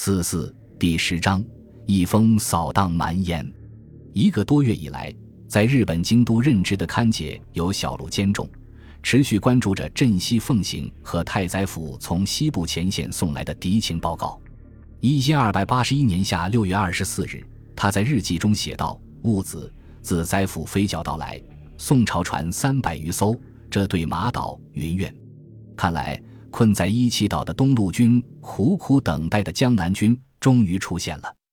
44第10章，一封扫荡蛮延。1个多月以来，在日本京都任职的勘解有小路兼重，持续关注着镇西奉行和太宰府从西部前线送来的敌情报告。1281年夏6月24日，他在日记中写道：戊子，自宰府飞剿到来，宋朝船300余艘，这对马岛、云苑。看来困在伊气岛的东路军苦苦等待的江南军终于出现了。